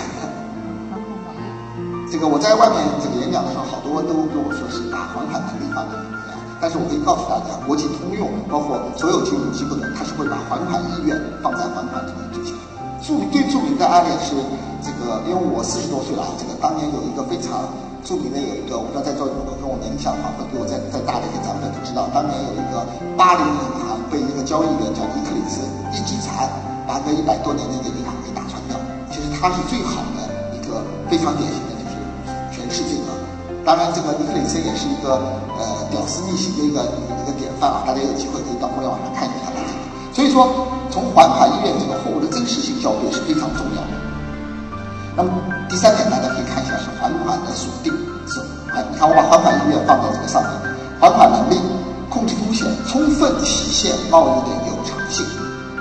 这个我在外面这个演讲的时候，好多都跟我说是把还款能力放在里面，但是我可以告诉大家，国际通用包括所有金融机构的，它是会把还款意愿放在还款这个最前面。著名最著名的案例是这个，因为我四十多岁了，这个当年有一个非常著名的有一个，我不知道在座有没有跟我年龄相仿或比我再再大的一个长辈都知道，当年有一个巴黎银行被一个交易员叫尼克里斯一指禅把个一百多年的一个银行给打穿掉。其实他是最好的一个非常典型的就是诠释这个。当然，这个尼克里森也是一个呃屌丝逆行的一个一个典范啊，大家有机会可以到互联网上看一看他这个。所以说，从还款意愿这个货物的真实性校对是非常重要的。那么第三点，大家可以看一下是还款的锁定，是还你看我把还款意愿放在这个上面，还款能力、控制风险，充分体现贸易的有偿性。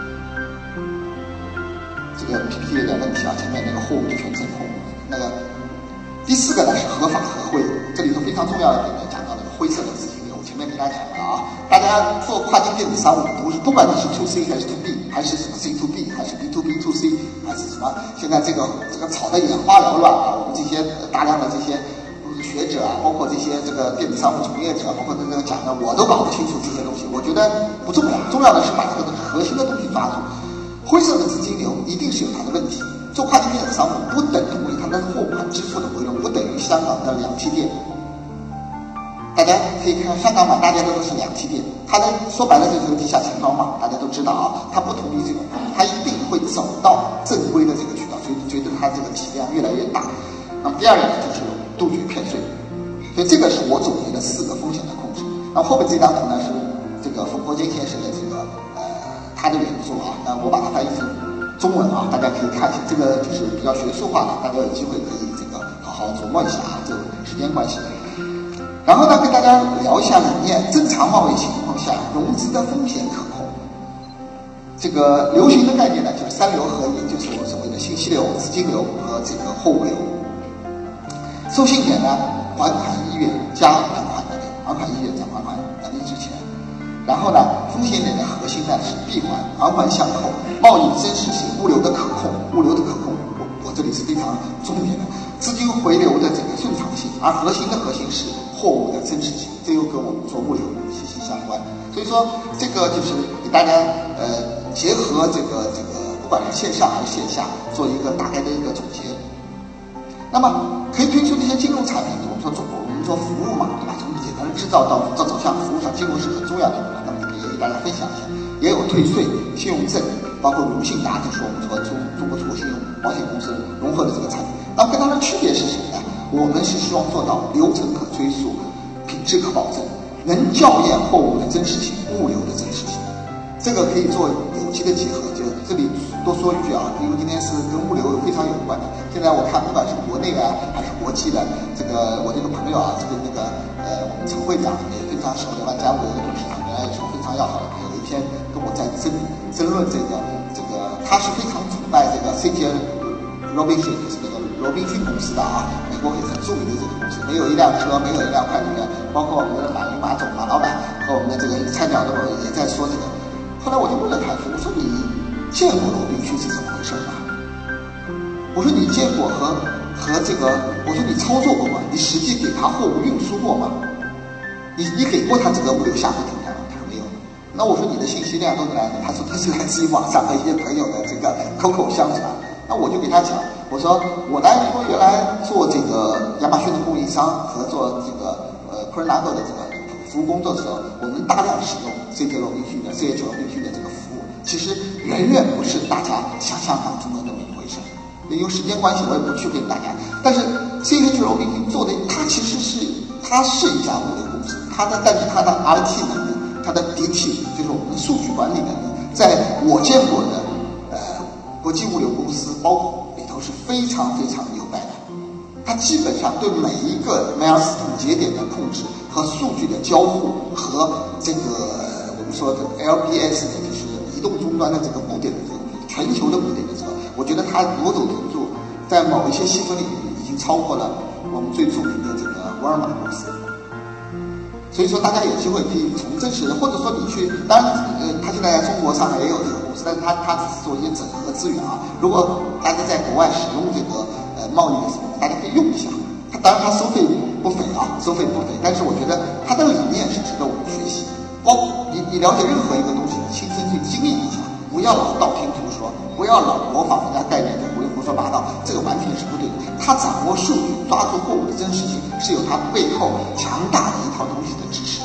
题有点问题啊，前面那个货物的全程控那个。第四个呢是合法合规，这里头非常重要的一点呢，讲到那个灰色的资金流。我前面跟大家讲了啊，大家做跨境电子商务，不是不管你是 to C 还是 to B， 还是什么 C to B， 还是 B to B to C， 还是什么，现在这个这个炒得眼花缭乱啊。我们这些大量的这些学者啊，包括这些这个电子商务从业者，包括这个讲的，我都搞不清楚这些东西。我觉得不重要，重要的是把这个核心的东西抓住。灰色的资金流一定是有它的问题。做跨境电子商务不等于它的货款支付的回笼，不等于香港的两梯店。大家可以看香港买大家的都是两梯店，它的说白了就是地下钱庄嘛，大家都知道啊，它不同于这种，它一定会走到正规的这个渠道，所以觉得它这个体量越来越大。那么第二个呢，就是杜绝骗税，所以这个是我总结的四个风险的控制。那么后面这张图呢是这个冯国坚先生的这个呃他的原著啊，那我把它翻译成中文啊，大家可以看一下，这个就是比较学术化的，大家有机会可以这个好好琢磨一下啊，这个时间关系。然后呢，跟大家聊一下里面正常贸易情况下融资的风险可控。这个流行的概念呢，就是三流合一，就是我所谓的信息流、资金流和这个货物流。授信点呢，还款意愿加还款能力，还款意愿加还款能力之前。然后呢，风险点的核心呢是闭环，环环相扣，贸易真实性，物流的可控，物流的可控，我我这里是非常重点的，资金回流的这个顺畅性，而核心的核心是货物的真实性，这又跟我们做物流息息相关。所以说，这个就是给大家呃结合这个这个，不管是线上还是线下，做一个大概的一个总结。那么可以推出这些金融产品，我们说做我们做服务嘛，对吧？从简单的制造到到走向服务上，金融是很重要的。那么也给大家分享一下，也有退税、信用证，包括融信达，就是我们和中中国出口信用保险公司融合的这个产品。那么跟它的区别是什么呢？我们是希望做到流程可追溯、品质可保证，能校验货物的真实性、物流的真实性。这个可以做有机的结合。就这里多说一句啊，因为今天是跟物流非常有关的。现在我看不管是国内啊还是国际的，这个我这个朋友啊，这个那个呃我们陈会长也非常熟的，万家物流的董事长，原来也是非常要好的朋友。有一天跟我在争争论这个这个，他是非常崇拜这个 C T N Robinson， 就是那个罗宾逊公司的啊，美国也很著名的这个公司，没有一辆车，没有一辆快递员，包括我们的马云马总马老板和我们的这个菜鸟的也在说这个。后来我就问了他，我说你见过罗宾逊是怎么回事吗？我说你见过和和这个，我说你操作过吗？你实际给他货物运输过吗？你你给过他这个物流下水平台吗？他说没有。那我说你的信息量都是来自，他说他是来自于网上和一些朋友的这个口口相传。那我就给他讲，我说我来说原来做这个亚马逊的供应商和做这个呃 Coronado 的这个服务工作的时候，我们大量使用 C T 罗宾逊的 C H 罗宾逊的这个服务，其实远远不是大家想象当中的那么一回事。因为时间关系，我也不去跟大家。但是 C H 罗宾逊做的，它其实是它是一家物流公司，它的但是它的 R T 能力，它的 D T 就是我们的数据管理能力，在我见过的呃国际物流公司包括里头是非常非常牛掰的。它基本上对每一个迈尔斯桶节点的控制和数据的交互和这个我们说的 L B S 的就是移动终端的这个布点的这个全球的布点的这个，我觉得它某种程度在某一些细分领域已经超过了我们最著名的这个沃尔玛公司。所以说大家有机会可以从真实的，或者说你去，当然呃，他现在在中国上海也有这个公司，但是他他只是做一些整合资源啊。如果大家在国外使用这个呃贸易的时候，大家可以用一下。他当然他收费不菲啊，收费不菲，但是我觉得他的理念是值得我们学习。包括你你了解任何一个东西，你亲身去经历一下，不要老道听途说，不要老模仿人家概念，胡胡说八道，这个完全是不对的。他掌握数据，抓住货物的真实性，是有他背后强大的一套东西的支持。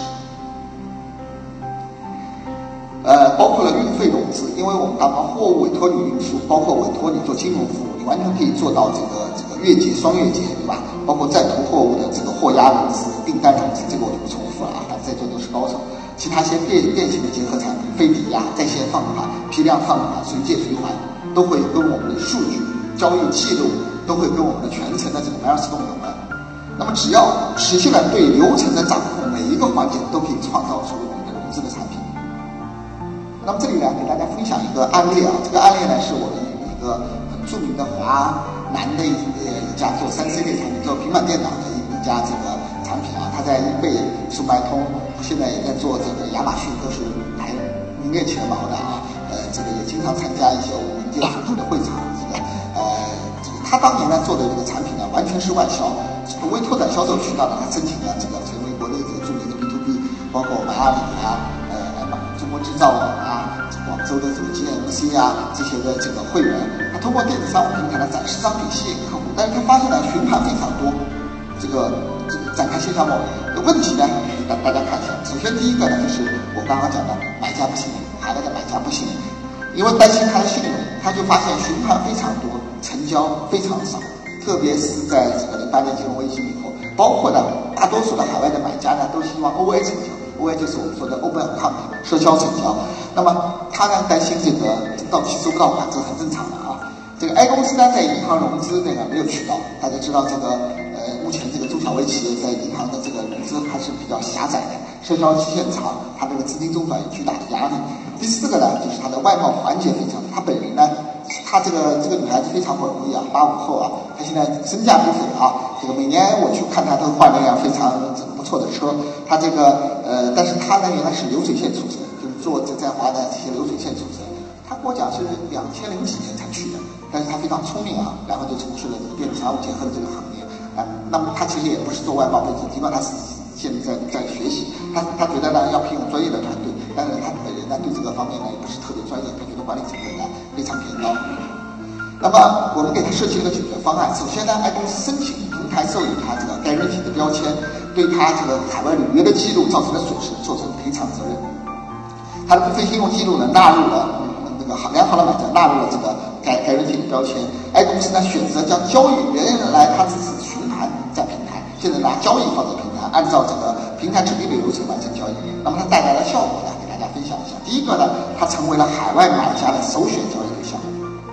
呃，包括了运费融资，因为我们刚刚货物委托你运输，包括委托你做金融服务，你完全可以做到这个这个月结、双月结，对吧？包括在途货物的这个货压融资、订单融资，这个我就不重复了啊，大家在座都是高手。其他些变变形的结合产品，非抵押、在线放款、批量放款、随借随还，都会跟我们的数据、交易记录，都会跟我们的全程的这个迈尔斯桶有关。那么只要实现了对流程的掌控，每一个环节都可以创造出我们的融资的产品。那么这里呢，给大家分享一个案例啊，这个案例呢是我们一个很著名的华南的一一家做三 C 类产品，做平板电脑的一一家这个产品啊，它在易贝、速卖通，现在也在做这个亚马逊，都是排名列前茅的啊。呃，这个也经常参加一些我们民间组织的会场。这个呃，这个他当年呢做的这个产品呢，完全是外销。为拓展销售渠道呢，他申请了这个成为国内这个著名的 B to B， 包括马阿里啊、呃中国制造网啊、广州的这个 G M C 啊这些的这个会员，他通过电子商务平台呢展示商品吸引客户，但是他发现呢询盘非常多，这个这个展开线下贸易的问题呢，给大大家看一下。首先第一个呢就是我刚刚讲的买家不信任，海外的买家不信任，因为担心他的信任，他就发现询盘非常多，成交非常少。特别是在这个零八年金融危机以后，包括呢大多数的海外的买家呢都希望 O A 成交 ，O A 就是我们说的 Open Account 社交成交。那么他呢担心这个到期收不到款，这是很正常的啊。这个 A 公司呢在银行融资那个没有渠道，大家知道这个呃目前这个中小微企业在银行的这个融资还是比较狭窄的，社交期限长，它这个资金周转有巨大的压力。第四个呢就是它的外贸环节非常，他本人呢。她这个这个女孩子非常稳固啊，八五后啊，她现在身价不菲啊。这个每年我去看她都换了一辆非常不错的车。她这个呃，但是她呢原来是流水线出身，就是做这在华南这些流水线出身。她跟我讲是两千零几年才去的，但是她非常聪明啊，然后就从事了这个电子商务结合的这个行业啊。那么她其实也不是做外贸背景，尽管她是现在在学习，她她觉得呢要聘用专业的团队，但是她本人呢对这个方面呢也不是特别专业，她觉得管理成本呢非常偏高。那么我们给他设计了个解决方案。首先呢 ，I 公司申请平台授予他这个该人体的标签，对他这个海外履约的记录造成的损失做成赔偿责任。他的部分信用记录呢纳入了那个良好的买家纳入了这个该该人体的标签。I 公司呢选择将交易原来他只是询盘在平台，现在拿交易放在平台，按照这个平台指定的流程完成交易。那么它带来的效果呢，给大家分享一下。第一个呢，它成为了海外买家的首选交易对象。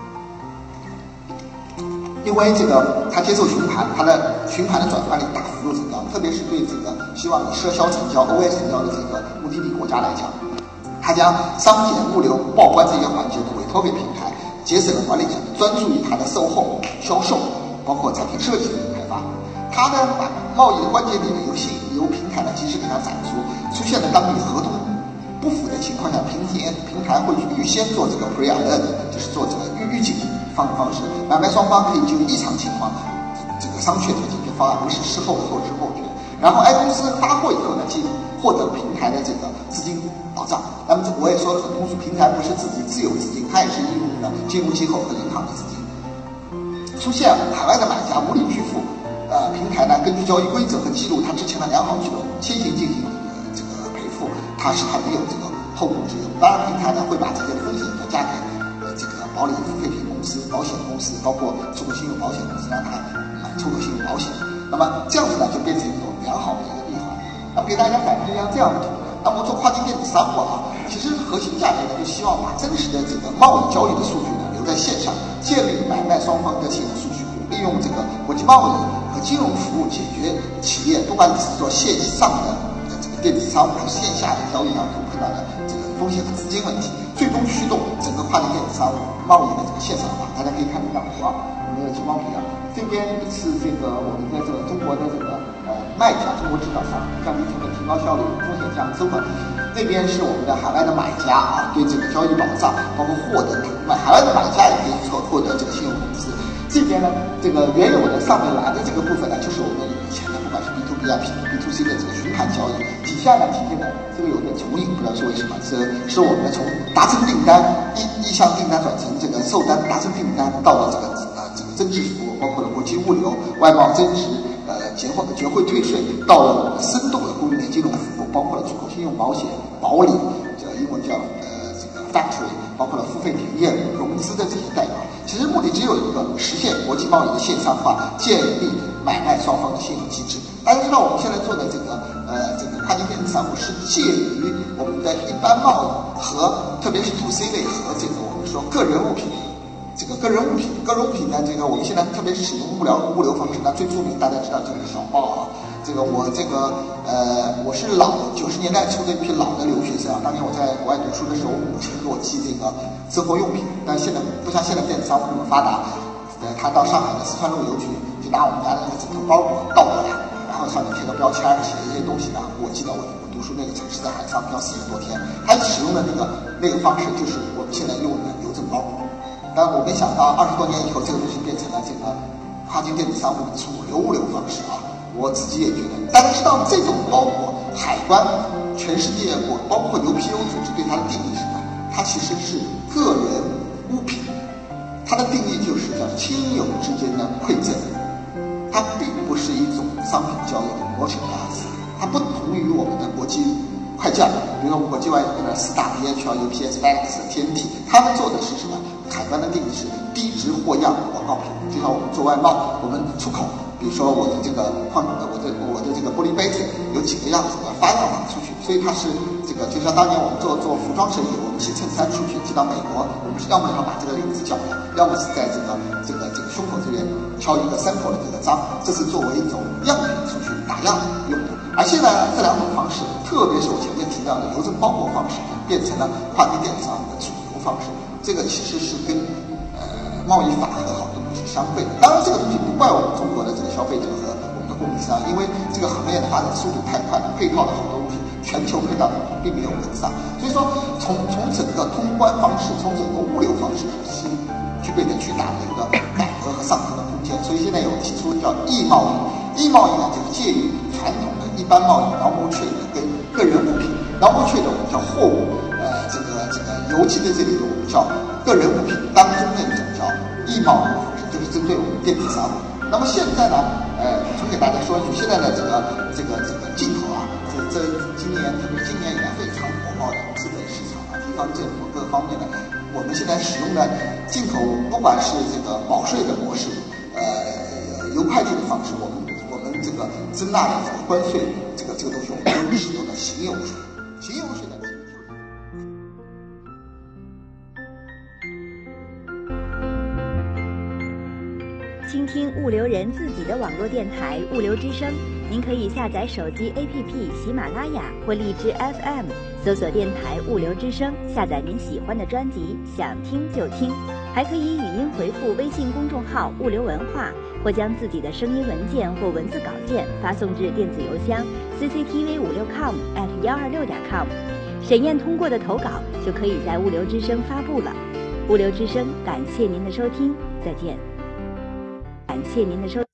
因为这个它接受询盘，它的询盘的转换率大幅度增高，特别是对这个希望以赊销成交 O A 成交的这个目的地国家来讲，它将商检、物流、报关这些环节都委托给平台，节省了管理成本，专注于它的售后、销售，包括产品设计的开发。它呢把贸易的关键点的游戏由平台呢及时给它展出，出现了当你合同不符的情况下，平台平台会预先做这个 pre alert， 就是做这个预预警方方式，买卖双方可以就异常情况这个商榷这个解决方案，不是事后的后知后觉。然后 I 公司发货以后呢，即获得平台的这个资金保障。那么这我也说了很通俗，平台不是自己自有资金，它也是应用了金融机构和银行的资金。出现海外的买家无力拒付，呃，平台呢根据交易规则和记录他之前的良好记录，先行进行呃这个赔付，它是它没有这个后顾之忧。当然，平台呢会把这些风险转嫁给呃这个保理付费品公司、保险公司，包括出口信用保险公司，让他买出口信用保险。那么这样子呢，就变成一种良好的一个闭环。那么给大家展示一张这样的图。那么做跨境电子商务啊，其实核心价值呢，就希望把真实的这个贸易交易的数据呢留在线上，建立买卖双方的信用数据库，利用这个国际贸易和金融服务解决企业，不管你是做线上的这个电子商务还是线下的交易当中碰到的这个风险和资金问题，最终驱动整个跨境电子商务贸易的这个线上化。大家可以看这张图啊，我们的激光屏啊，这边是这个我们的这个中国的这个呃卖家，中国制造商降低成本、提高效率、风险降、收款体系。那边是我们的海外的买家啊，对这个交易保障，包括获得买海外的买家也可以获获得这个信用公司。这边呢，这个原有的上面蓝的这个部分呢，就是我们以前的不管是 B to B 啊、B to C 的这个询盘交易。底下呢体现的这个有点重影，不知道是为什么，是是我们从达成订单意意向订单转成这个售单，达成订单到了这个呃这个增值服务，包括了国际物流、外贸增值、呃结汇结汇退税，到了我们深度的供应链金融服务，包括了出口信用保险、保理，这英文叫呃这个 factory， 包括了付费体验、融资的这些代码。其实目的只有一个，实现国际贸易的线上化，建立买卖双方的信用机制。大家知道我们现在做的这个呃这个跨境电子商务是介于我们的一般贸易和特别是 to C 类和这个我们说个人物品。这个个人物品，个人物品呢，这个我们现在特别是使用物流物流方式呢，最著名大家知道就是小包啊。这个我这个呃我是老九十年代初的一批老的留学生啊，当年我在国外读书的时候，我母亲给我寄这个生活用品，但现在不像现在电子商务那么发达， 呃，他到上海的四川路邮局就拿我们家的那个整个包裹倒过来，然后上面贴个标签，写一些东西。然后我记得我我读书那个城市在海上漂四十多天，他使用的那个那个方式就是我们现在用的邮政包裹。但我没想到二十多年以后，这个东西变成了这个跨境电子商务的主流物流方式啊！我自己也觉得，大家知道这种包裹，海关、全世界国包括 U P O 组织对它的定义是什么？它其实是个人物品，它的定义就是叫亲友之间的馈赠，它并不是一种商品交易的merchandise，它不同于我们的国际快件，比如说国际外邮的四大 D H L、U P S、FedEx、T N T， 他们做的是什么？海关的定义是低值货样广告品，就像我们做外贸，我们出口，比如说我的这个矿，我的我的这个玻璃杯子有几个样子，我要发样法出去，所以它是这个，就像当年我们做做服装生意，我们寄衬衫出去，寄到美国，我们是要么要把这个领子绞了，要么是在这个这个这个胸口这边敲一个 sample 的这个章，这是作为一种样品出去打样用的。而现在这两种方式，特别是我前面提到的邮政包裹方式，变成了跨境电子商务的主流方式。这个其实是跟呃贸易法和好多东西相悖的。当然，这个东西不怪我们中国的这个消费者和我们的供应商，因为这个行业的发展速度太快了，配套的好多东西全球配套的并没有跟上。所以说，从从整个通关方式，从整个物流方式是具备着巨大的一个改革和上升的空间。所以现在有提出叫易贸易，易贸易呢就是介于传统的一般贸易 normal trade 跟个人物品 normal trade 我们叫货物，呃，这个这个邮寄的这里我们叫个人物品当中的一种叫易贸易的方式，就是针对我们电子商务。那么现在呢，呃，补充给大家说一句，现在的这个这个这个进口啊，这这今年特别今年以来非常火爆的资本市场啊，地方政府各方面的，我们现在使用的进口，不管是这个保税的模式，呃，邮快递的方式，我们我们这个征纳的这个关税，这个这个东西我们都使用的行邮税，行邮税呢。 倾听物流人自己的网络电台物流之声，您可以下载手机 A P P 喜马拉雅或荔枝 F M， 搜索电台物流之声，下载您喜欢的专辑，想听就听。还可以语音回复微信公众号物流文化，或将自己的声音文件或文字稿件发送至电子邮箱 c c t v 五六 com at 一二六点 com， 审验通过的投稿就可以在物流之声发布了。物流之声，感谢您的收听，再见。感谢您的收听。